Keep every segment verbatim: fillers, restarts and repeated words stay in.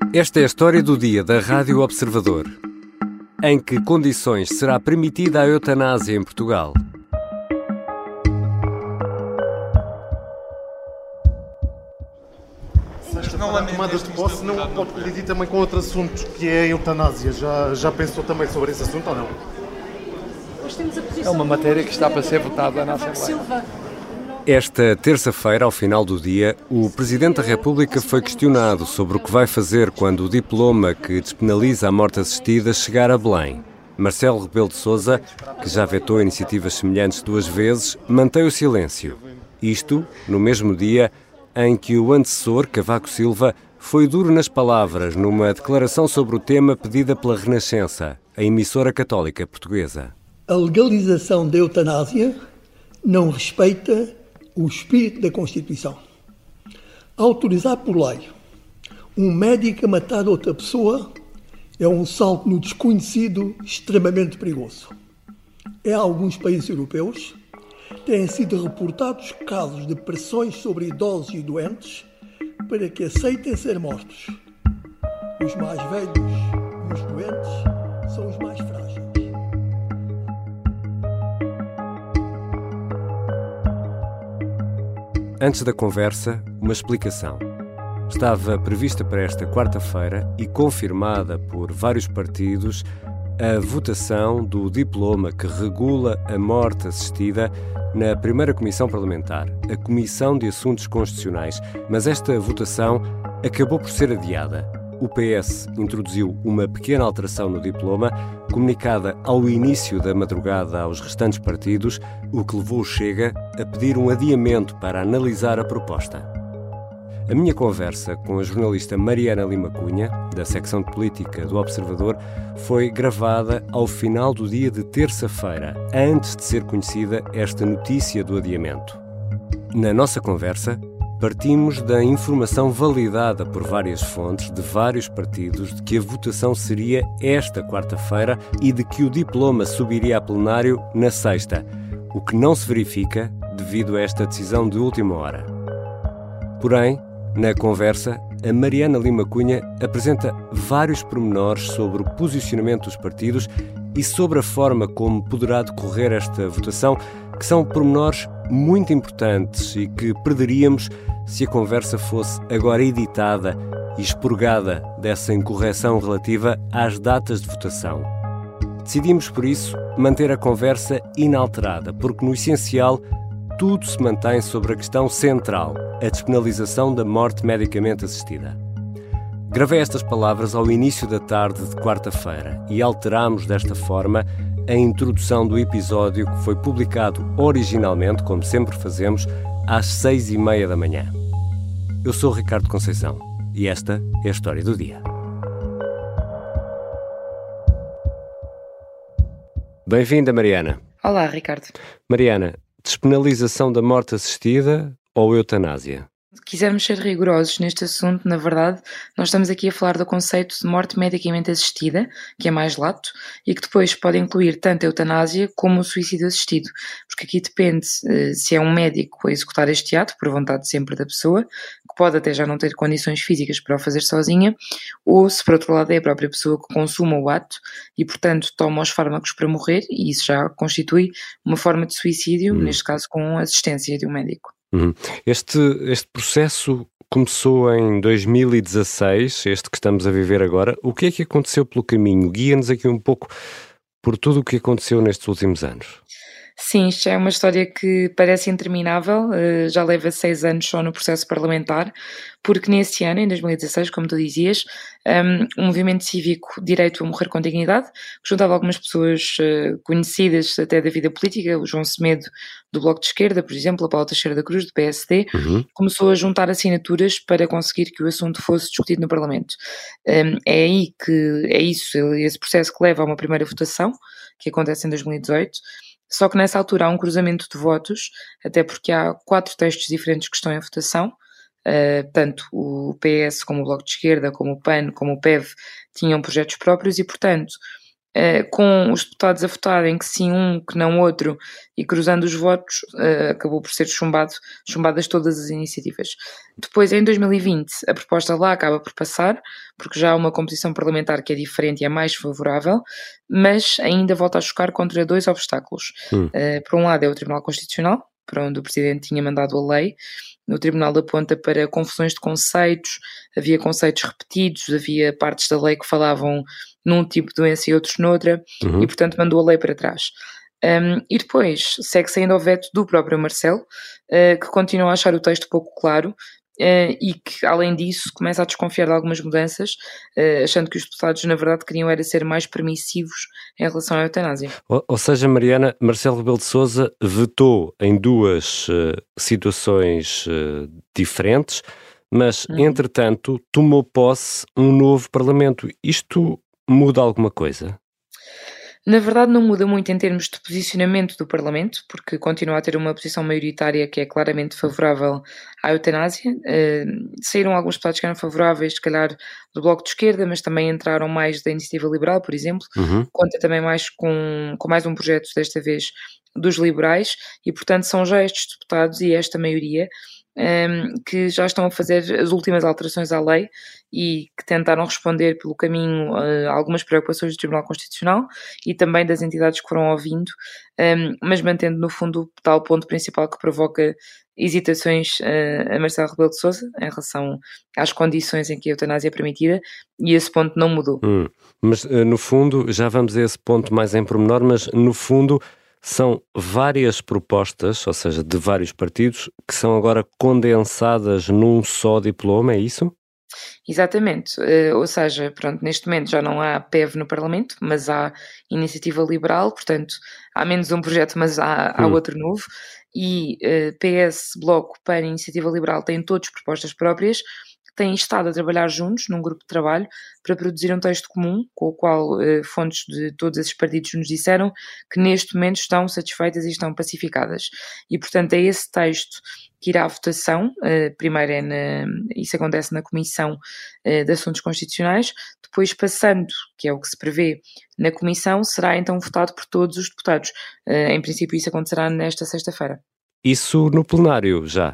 Esta é a história do dia da Rádio Observador. Em que condições será permitida a eutanásia em Portugal? Sexta-feira, tomadas de posse não pode colidir também com outro assunto, que é a eutanásia. Já, já pensou também sobre esse assunto ou não? É uma matéria que está para ser votada na Assembleia. Esta terça-feira, ao final do dia, o Presidente da República foi questionado sobre o que vai fazer quando o diploma que despenaliza a morte assistida chegar a Belém. Marcelo Rebelo de Sousa, que já vetou iniciativas semelhantes duas vezes, mantém o silêncio. Isto no mesmo dia em que o antecessor, Cavaco Silva, foi duro nas palavras numa declaração sobre o tema pedida pela Renascença, a emissora católica portuguesa. A legalização da eutanásia não respeita o espírito da Constituição. Autorizar por lei um médico a matar outra pessoa é um salto no desconhecido extremamente perigoso. Em alguns países europeus têm sido reportados casos de pressões sobre idosos e doentes para que aceitem ser mortos. Os mais velhos e os doentes são os mais frágeis. Antes da conversa, uma explicação. Estava prevista para esta quarta-feira e confirmada por vários partidos a votação do diploma que regula a morte assistida na primeira comissão parlamentar, a Comissão de Assuntos Constitucionais, mas esta votação acabou por ser adiada. O P S introduziu uma pequena alteração no diploma, comunicada ao início da madrugada aos restantes partidos, o que levou o Chega a pedir um adiamento para analisar a proposta. A minha conversa com a jornalista Mariana Lima Cunha, da secção de política do Observador, foi gravada ao final do dia de terça-feira, antes de ser conhecida esta notícia do adiamento. Na nossa conversa, partimos da informação validada por várias fontes de vários partidos de que a votação seria esta quarta-feira e de que o diploma subiria a plenário na sexta, o que não se verifica devido a esta decisão de última hora. Porém, na conversa, a Mariana Lima Cunha apresenta vários pormenores sobre o posicionamento dos partidos e sobre a forma como poderá decorrer esta votação, que são pormenores muito importantes e que perderíamos se a conversa fosse agora editada e expurgada dessa incorreção relativa às datas de votação. Decidimos, por isso, manter a conversa inalterada, porque, no essencial, tudo se mantém sobre a questão central, a despenalização da morte medicamente assistida. Gravei estas palavras ao início da tarde de quarta-feira e alterámos desta forma a introdução do episódio que foi publicado originalmente, como sempre fazemos, às seis e meia da manhã. Eu sou o Ricardo Conceição e esta é a história do dia. Bem-vinda, Mariana. Olá, Ricardo. Mariana, despenalização da morte assistida ou eutanásia? Se quisermos ser rigorosos neste assunto, na verdade, nós estamos aqui a falar do conceito de morte medicamente assistida, que é mais lato, e que depois pode incluir tanto a eutanásia como o suicídio assistido, porque aqui depende uh, se é um médico a executar este ato, por vontade sempre da pessoa, que pode até já não ter condições físicas para o fazer sozinha, ou se por outro lado é a própria pessoa que consuma o ato e, portanto, toma os fármacos para morrer, e isso já constitui uma forma de suicídio, hum. neste caso com a assistência de um médico. Uhum. Este, este processo começou em dois mil e dezasseis, este que estamos a viver agora. O que é que aconteceu pelo caminho? Guia-nos aqui um pouco por tudo o que aconteceu nestes últimos anos. Sim, isto é uma história que parece interminável, já leva seis anos só no processo parlamentar, porque nesse ano, em dois mil e dezasseis, como tu dizias, um movimento cívico Direito a Morrer com Dignidade, que juntava algumas pessoas conhecidas até da vida política, o João Semedo do Bloco de Esquerda, por exemplo, a Paula Teixeira da Cruz do P S D, uhum. começou a juntar assinaturas para conseguir que o assunto fosse discutido no Parlamento. Um, é aí que, é isso, esse processo que leva a uma primeira votação, que acontece em dois mil e dezoito, só que nessa altura há um cruzamento de votos, até porque há quatro textos diferentes que estão em votação, uh, tanto o P S como o Bloco de Esquerda, como o P A N, como o P E V, tinham projetos próprios e, portanto, Uh, com os deputados a votarem que sim um, que não outro, e cruzando os votos, uh, acabou por ser chumbado, chumbadas todas as iniciativas. Depois, em dois mil e vinte, a proposta lá acaba por passar, porque já há uma composição parlamentar que é diferente e é mais favorável, mas ainda volta a chocar contra dois obstáculos. Hum. Uh, por um lado é o Tribunal Constitucional, para onde o Presidente tinha mandado a lei. No Tribunal aponta para confusões de conceitos, havia conceitos repetidos, havia partes da lei que falavam num tipo de doença e outros noutra, Uhum. e portanto mandou a lei para trás. Um, e depois segue-se ainda o veto do próprio Marcelo, uh, que continua a achar o texto pouco claro, uh, e que, além disso, começa a desconfiar de algumas mudanças, uh, achando que os deputados, na verdade, queriam era ser mais permissivos em relação à eutanásia. Ou, ou seja, Mariana, Marcelo Rebelo de Sousa vetou em duas uh, situações uh, diferentes, mas, Uhum. entretanto, tomou posse um novo Parlamento. Isto muda alguma coisa? Na verdade não muda muito em termos de posicionamento do Parlamento, porque continua a ter uma posição maioritária que é claramente favorável à eutanásia. Uh, saíram alguns deputados que eram favoráveis, se calhar, do Bloco de Esquerda, mas também entraram mais da Iniciativa Liberal, por exemplo. Uhum. Conta também mais com, com mais um projeto, desta vez, dos liberais, e portanto são já estes deputados e esta maioria um, que já estão a fazer as últimas alterações à lei e que tentaram responder pelo caminho a algumas preocupações do Tribunal Constitucional e também das entidades que foram ouvindo, um, mas mantendo no fundo o tal ponto principal que provoca hesitações uh, a Marcelo Rebelo de Sousa em relação às condições em que a eutanásia é permitida, e esse ponto não mudou. Hum, mas uh, no fundo, já vamos a esse ponto mais em pormenor, mas no fundo são várias propostas, ou seja, de vários partidos, que são agora condensadas num só diploma, é isso? Exatamente, uh, ou seja, pronto, neste momento já não há P E V no Parlamento, mas há Iniciativa Liberal, portanto há menos um projeto, mas há, há Hum. outro novo, e uh, P S, Bloco, P A N e Iniciativa Liberal têm todos propostas próprias, têm estado a trabalhar juntos num grupo de trabalho para produzir um texto comum, com o qual uh, fontes de todos esses partidos nos disseram que neste momento estão satisfeitas e estão pacificadas. E, portanto, é esse texto que irá à votação, uh, primeiro é na, isso acontece na Comissão uh, de Assuntos Constitucionais, depois passando, que é o que se prevê, na Comissão, será então votado por todos os deputados. Uh, em princípio isso acontecerá nesta sexta-feira. Isso no plenário já?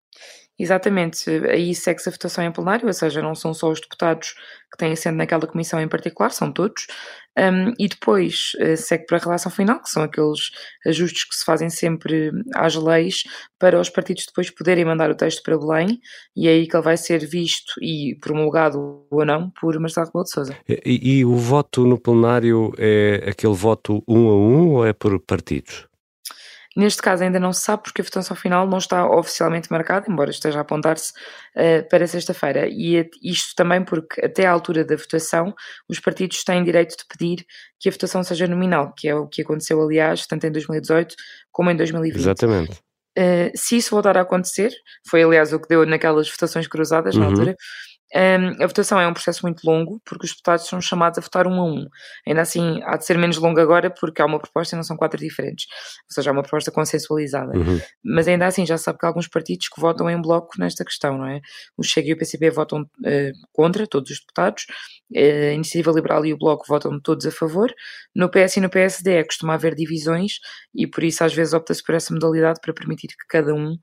Exatamente, aí segue-se a votação em plenário, ou seja, não são só os deputados que têm assento naquela comissão em particular, são todos, um, e depois uh, segue para a relação final, que são aqueles ajustes que se fazem sempre às leis, para os partidos depois poderem mandar o texto para Belém, e é aí que ele vai ser visto e promulgado ou não por Marcelo Rebelo de Sousa. E, e o voto no plenário é aquele voto um a um ou é por partidos? Neste caso ainda não se sabe porque a votação final não está oficialmente marcada, embora esteja a apontar-se uh, para sexta-feira. E isto também porque até à altura da votação os partidos têm direito de pedir que a votação seja nominal, que é o que aconteceu, aliás, tanto em dois mil e dezoito como em dois mil e vinte. Exatamente. Uh, se isso voltar a acontecer, foi aliás o que deu naquelas votações cruzadas, uhum. na altura, Um, a votação é um processo muito longo, porque os deputados são chamados a votar um a um. Ainda assim, há de ser menos longo agora, porque há uma proposta e não são quatro diferentes. Ou seja, há uma proposta consensualizada. Uhum. Mas ainda assim, já sabe que há alguns partidos que votam em bloco nesta questão, não é? O Chega e o P C P votam uh, contra, todos os deputados. Uh, a Iniciativa Liberal e o Bloco votam todos a favor. No P S e no P S D é costuma haver divisões e por isso às vezes opta-se por essa modalidade para permitir que cada um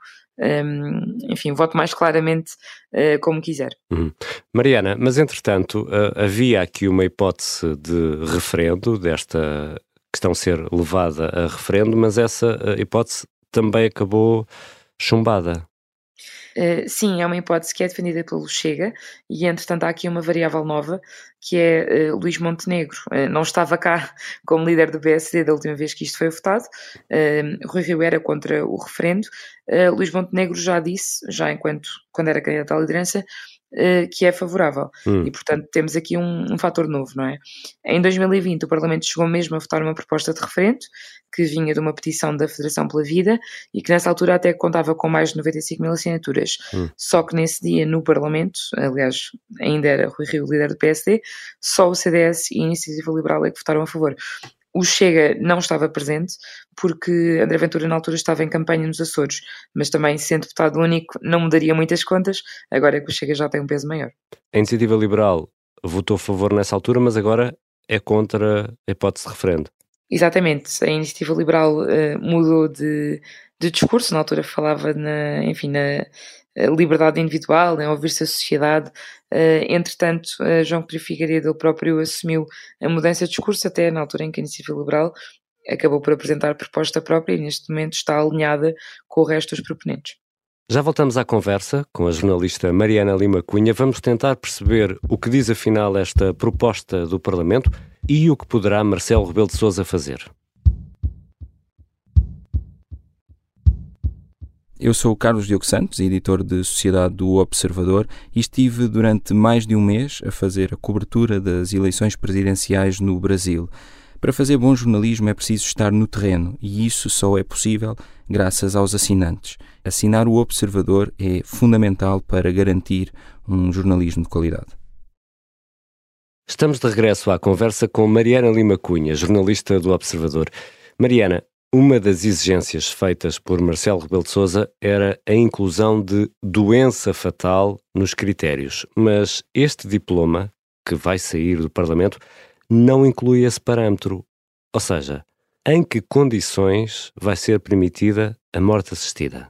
Um, enfim, voto mais claramente uh, como quiser. Uhum. Mariana, mas entretanto uh, havia aqui uma hipótese de referendo, desta questão ser levada a referendo, mas essa uh, hipótese também acabou chumbada. Uh, sim, é uma hipótese que é defendida pelo Chega e, entretanto, há aqui uma variável nova, que é uh, Luís Montenegro. Uh, não estava cá como líder do P S D da última vez que isto foi votado. Uh, Rui Rio era contra o referendo. Uh, Luís Montenegro já disse, já enquanto quando era candidato à liderança, Uh, que é favorável. Hum. E, portanto, temos aqui um, um fator novo, não é? Em dois mil e vinte, o Parlamento chegou mesmo a votar uma proposta de referendo, que vinha de uma petição da Federação pela Vida, e que nessa altura até contava com mais de noventa e cinco mil assinaturas. Hum. Só que nesse dia, no Parlamento, aliás, ainda era Rui Rio líder do P S D, só o C D S e a Iniciativa Liberal é que votaram a favor. O Chega não estava presente porque André Ventura na altura estava em campanha nos Açores, mas também sendo deputado único não mudaria muitas contas, agora é que o Chega já tem um peso maior. A Iniciativa Liberal votou a favor nessa altura, mas agora é contra a hipótese de referendo. Exatamente, a Iniciativa Liberal uh, mudou de, de discurso, na altura falava na, enfim, na liberdade individual, em ouvir-se a sociedade. Uh, entretanto, uh, João Coutinho Figueiredo ele próprio assumiu a mudança de discurso, até na altura em que a Iniciativa Liberal acabou por apresentar proposta própria e neste momento está alinhada com o resto dos proponentes. Já voltamos à conversa com a jornalista Mariana Lima Cunha. Vamos tentar perceber o que diz afinal esta proposta do Parlamento e o que poderá Marcelo Rebelo de Sousa fazer. Eu sou o Carlos Diogo Santos, editor de Sociedade do Observador, e estive durante mais de um mês a fazer a cobertura das eleições presidenciais no Brasil. Para fazer bom jornalismo é preciso estar no terreno e isso só é possível graças aos assinantes. Assinar o Observador é fundamental para garantir um jornalismo de qualidade. Estamos de regresso à conversa com Mariana Lima Cunha, jornalista do Observador. Mariana, uma das exigências feitas por Marcelo Rebelo de Sousa era a inclusão de doença fatal nos critérios, mas este diploma, que vai sair do Parlamento, não inclui esse parâmetro. Ou seja, em que condições vai ser permitida a morte assistida?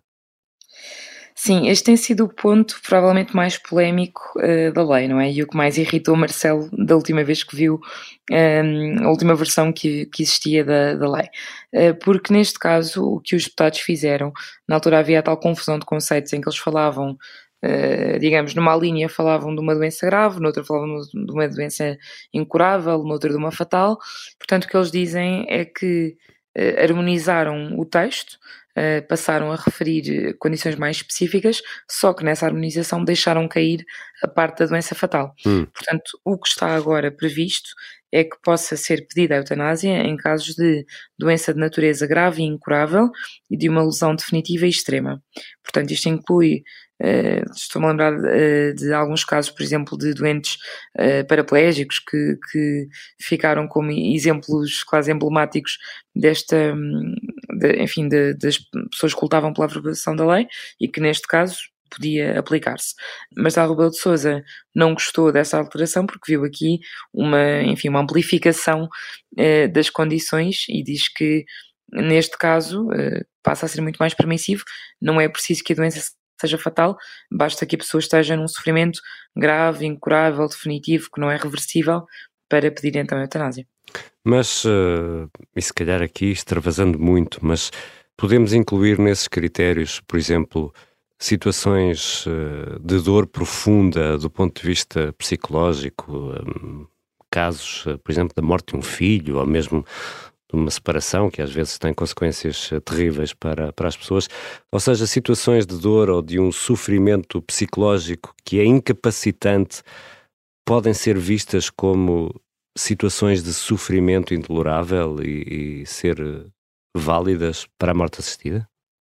Sim, este tem sido o ponto provavelmente mais polémico uh, da lei, não é? E o que mais irritou Marcelo da última vez que viu um, a última versão que, que existia da, da lei. Uh, porque neste caso o que os deputados fizeram, na altura havia a tal confusão de conceitos em que eles falavam, uh, digamos, numa linha falavam de uma doença grave, noutra falavam de uma doença incurável, noutra de uma fatal. Portanto, o que eles dizem é que uh, harmonizaram o texto, Uh, passaram a referir condições mais específicas, só que nessa harmonização deixaram cair a parte da doença fatal. Hum. Portanto, o que está agora previsto é que possa ser pedida a eutanásia em casos de doença de natureza grave e incurável e de uma lesão definitiva e extrema. Portanto, isto inclui, uh, estou-me a lembrar uh, de alguns casos, por exemplo, de doentes uh, paraplégicos que, que ficaram como exemplos quase emblemáticos desta, de, enfim, de, das pessoas que lutavam pela aprovação da lei e que neste caso podia aplicar-se. Mas Marcelo Rebelo de Sousa não gostou dessa alteração porque viu aqui uma, enfim, uma amplificação uh, das condições e diz que neste caso uh, passa a ser muito mais permissivo, não é preciso que a doença seja fatal, basta que a pessoa esteja num sofrimento grave, incurável, definitivo, que não é reversível, para pedir então a eutanásia. Mas, uh, e se calhar aqui extravasando muito, mas podemos incluir nesses critérios, por exemplo, situações uh, de dor profunda do ponto de vista psicológico, um, casos, uh, por exemplo, da morte de um filho, ou mesmo de uma separação, que às vezes tem consequências uh, terríveis para, para as pessoas, ou seja, situações de dor ou de um sofrimento psicológico que é incapacitante, podem ser vistas como situações de sofrimento intolerável e, e ser válidas para a morte assistida?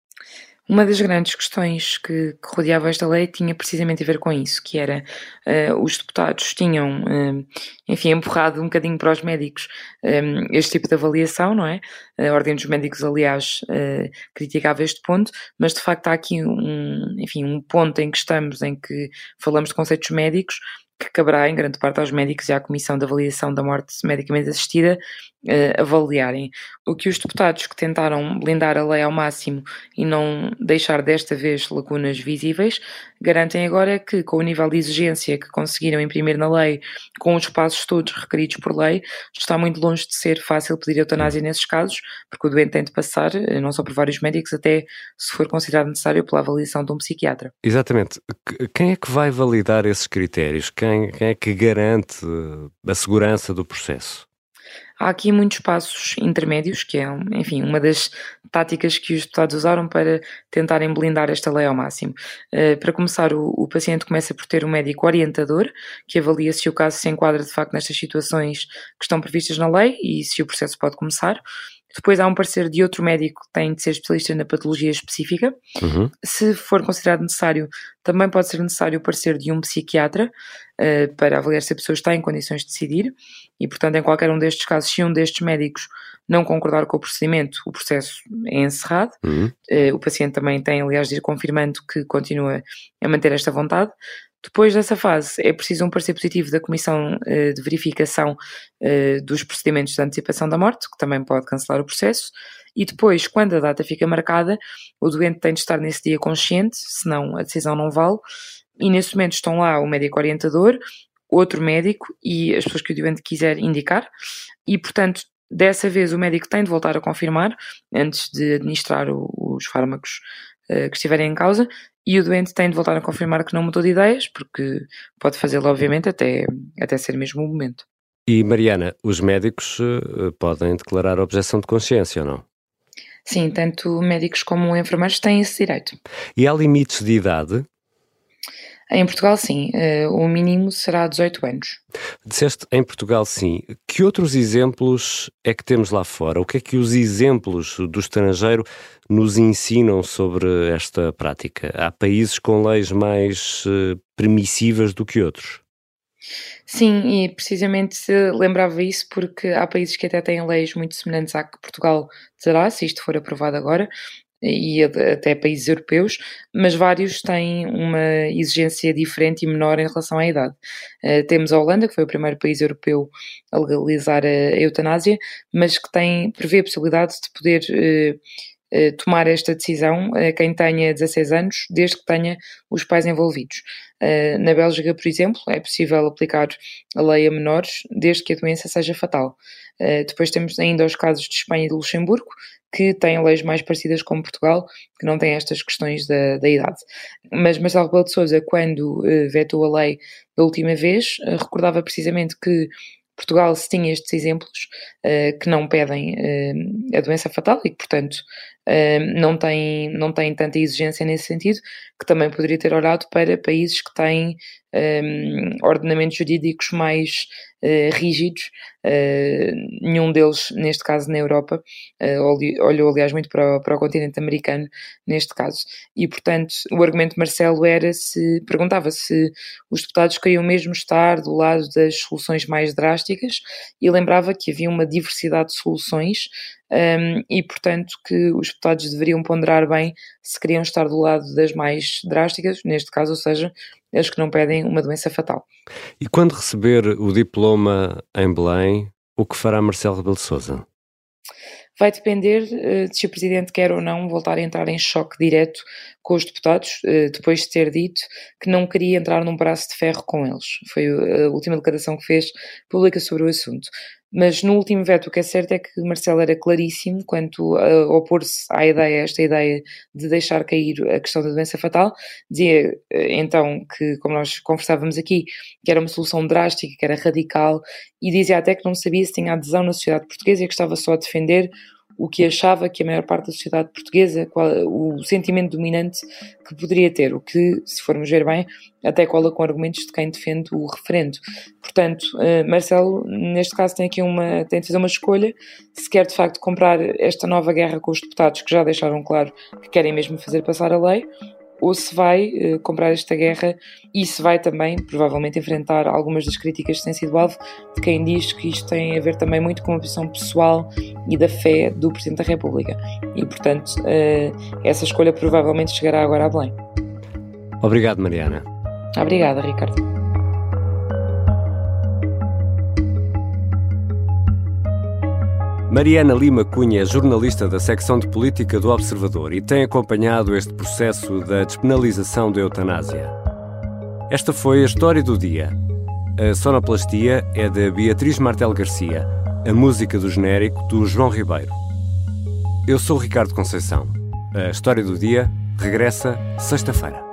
Uma das grandes questões que, que rodeava esta lei tinha precisamente a ver com isso, que era, uh, os deputados tinham, uh, enfim, empurrado um bocadinho para os médicos um, este tipo de avaliação, não é? A Ordem dos Médicos, aliás, uh, criticava este ponto, mas de facto há aqui um, enfim, um ponto em que estamos, em que falamos de conceitos médicos, que caberá em grande parte aos médicos e à Comissão de Avaliação da Morte Medicamente Assistida uh, avaliarem. O que os deputados que tentaram blindar a lei ao máximo e não deixar desta vez lacunas visíveis, garantem agora que com o nível de exigência que conseguiram imprimir na lei, com os passos todos requeridos por lei, está muito longe de ser fácil pedir eutanásia nesses casos, porque o doente tem de passar, não só por vários médicos, até se for considerado necessário pela avaliação de um psiquiatra. Exatamente. Quem é que vai validar esses critérios? Quem, quem é que garante a segurança do processo? Há aqui muitos passos intermédios, que é, enfim, uma das táticas que os deputados usaram para tentarem blindar esta lei ao máximo. Uh, para começar, o, o paciente começa por ter um médico orientador, que avalia se o caso se enquadra de facto nestas situações que estão previstas na lei e se o processo pode começar. Depois há um parecer de outro médico que tem de ser especialista na patologia específica. Uhum. Se for considerado necessário, também pode ser necessário o parecer de um psiquiatra uh, para avaliar se a pessoa está em condições de decidir e, portanto, em qualquer um destes casos, se um destes médicos não concordar com o procedimento, o processo é encerrado. Uhum. Uh, o paciente também tem, aliás, de ir confirmando que continua a manter esta vontade. Depois dessa fase, é preciso um parecer positivo da Comissão uh, de Verificação uh, dos Procedimentos de Antecipação da Morte, que também pode cancelar o processo, e depois, quando a data fica marcada, o doente tem de estar nesse dia consciente, senão a decisão não vale, e nesse momento estão lá o médico orientador, outro médico e as pessoas que o doente quiser indicar, e portanto, dessa vez o médico tem de voltar a confirmar, antes de administrar o, os fármacos uh, que estiverem em causa, e o doente tem de voltar a confirmar que não mudou de ideias, porque pode fazê-lo obviamente até, até ser mesmo o momento. E Mariana, os médicos uh, podem declarar objeção de consciência ou não? Sim, tanto médicos como enfermeiros têm esse direito. E há limites de idade? Em Portugal, sim. Uh, o mínimo será dezoito anos. Disseste em Portugal, sim. Que outros exemplos é que temos lá fora? O que é que os exemplos do estrangeiro nos ensinam sobre esta prática? Há países com leis mais uh, permissivas do que outros? Sim, e precisamente lembrava isso porque há países que até têm leis muito semelhantes à que Portugal terá, se isto for aprovado agora, e até países europeus, mas vários têm uma exigência diferente e menor em relação à idade. Uh, temos a Holanda, que foi o primeiro país europeu a legalizar a, a eutanásia, mas que tem, prevê a possibilidade de poder uh, uh, tomar esta decisão a quem tenha dezasseis anos, desde que tenha os pais envolvidos. Uh, na Bélgica, por exemplo, é possível aplicar a lei a menores, desde que a doença seja fatal. Uh, depois temos ainda os casos de Espanha e de Luxemburgo, que têm leis mais parecidas com Portugal, que não têm estas questões da, da idade. Mas Marcelo Rebelo de Sousa, quando uh, vetou a lei da última vez, uh, recordava precisamente que Portugal se tinha estes exemplos uh, que não pedem uh, a doença fatal e que, portanto, uh, não têm, não têm tanta exigência nesse sentido, que também poderia ter olhado para países que têm um, ordenamentos jurídicos mais uh, rígidos. Uh, nenhum deles, neste caso na Europa, uh, olhou aliás muito para o, para o continente americano neste caso, e portanto o argumento de Marcelo era se, perguntava se os deputados queriam mesmo estar do lado das soluções mais drásticas, e lembrava que havia uma diversidade de soluções um, e portanto que os deputados deveriam ponderar bem se queriam estar do lado das mais drásticas, neste caso, ou seja, as que não pedem uma doença fatal. E quando receber o diploma em Belém, o que fará Marcelo Rebelo de Sousa? Vai depender uh, de se o Presidente quer ou não voltar a entrar em choque direto com os deputados, uh, depois de ter dito que não queria entrar num braço de ferro com eles. Foi a última declaração que fez pública sobre o assunto. Mas no último veto o que é certo é que Marcelo era claríssimo quanto a opor-se à ideia, a esta ideia de deixar cair a questão da doença fatal. Dizia então que, como nós conversávamos aqui, que era uma solução drástica, que era radical, e dizia até que não sabia se tinha adesão na sociedade portuguesa e que estava só a defender o que achava que a maior parte da sociedade portuguesa, qual, o sentimento dominante que poderia ter, o que, se formos ver bem, até cola com argumentos de quem defende o referendo. Portanto, uh, Marcelo, neste caso, tem aqui uma, tem de fazer uma escolha, se quer de facto comprar esta nova guerra com os deputados, que já deixaram claro que querem mesmo fazer passar a lei, ou se vai uh, comprar esta guerra e se vai também, provavelmente, enfrentar algumas das críticas que têm sido alvo de quem diz que isto tem a ver também muito com a posição pessoal e da fé do Presidente da República. E, portanto, uh, essa escolha provavelmente chegará agora a Belém. Obrigado, Mariana. Obrigada, Ricardo. Mariana Lima Cunha é jornalista da secção de política do Observador e tem acompanhado este processo da despenalização da eutanásia. Esta foi a história do dia. A sonoplastia é da Beatriz Martel Garcia, a música do genérico do João Ribeiro. Eu sou o Ricardo Conceição. A história do dia regressa sexta-feira.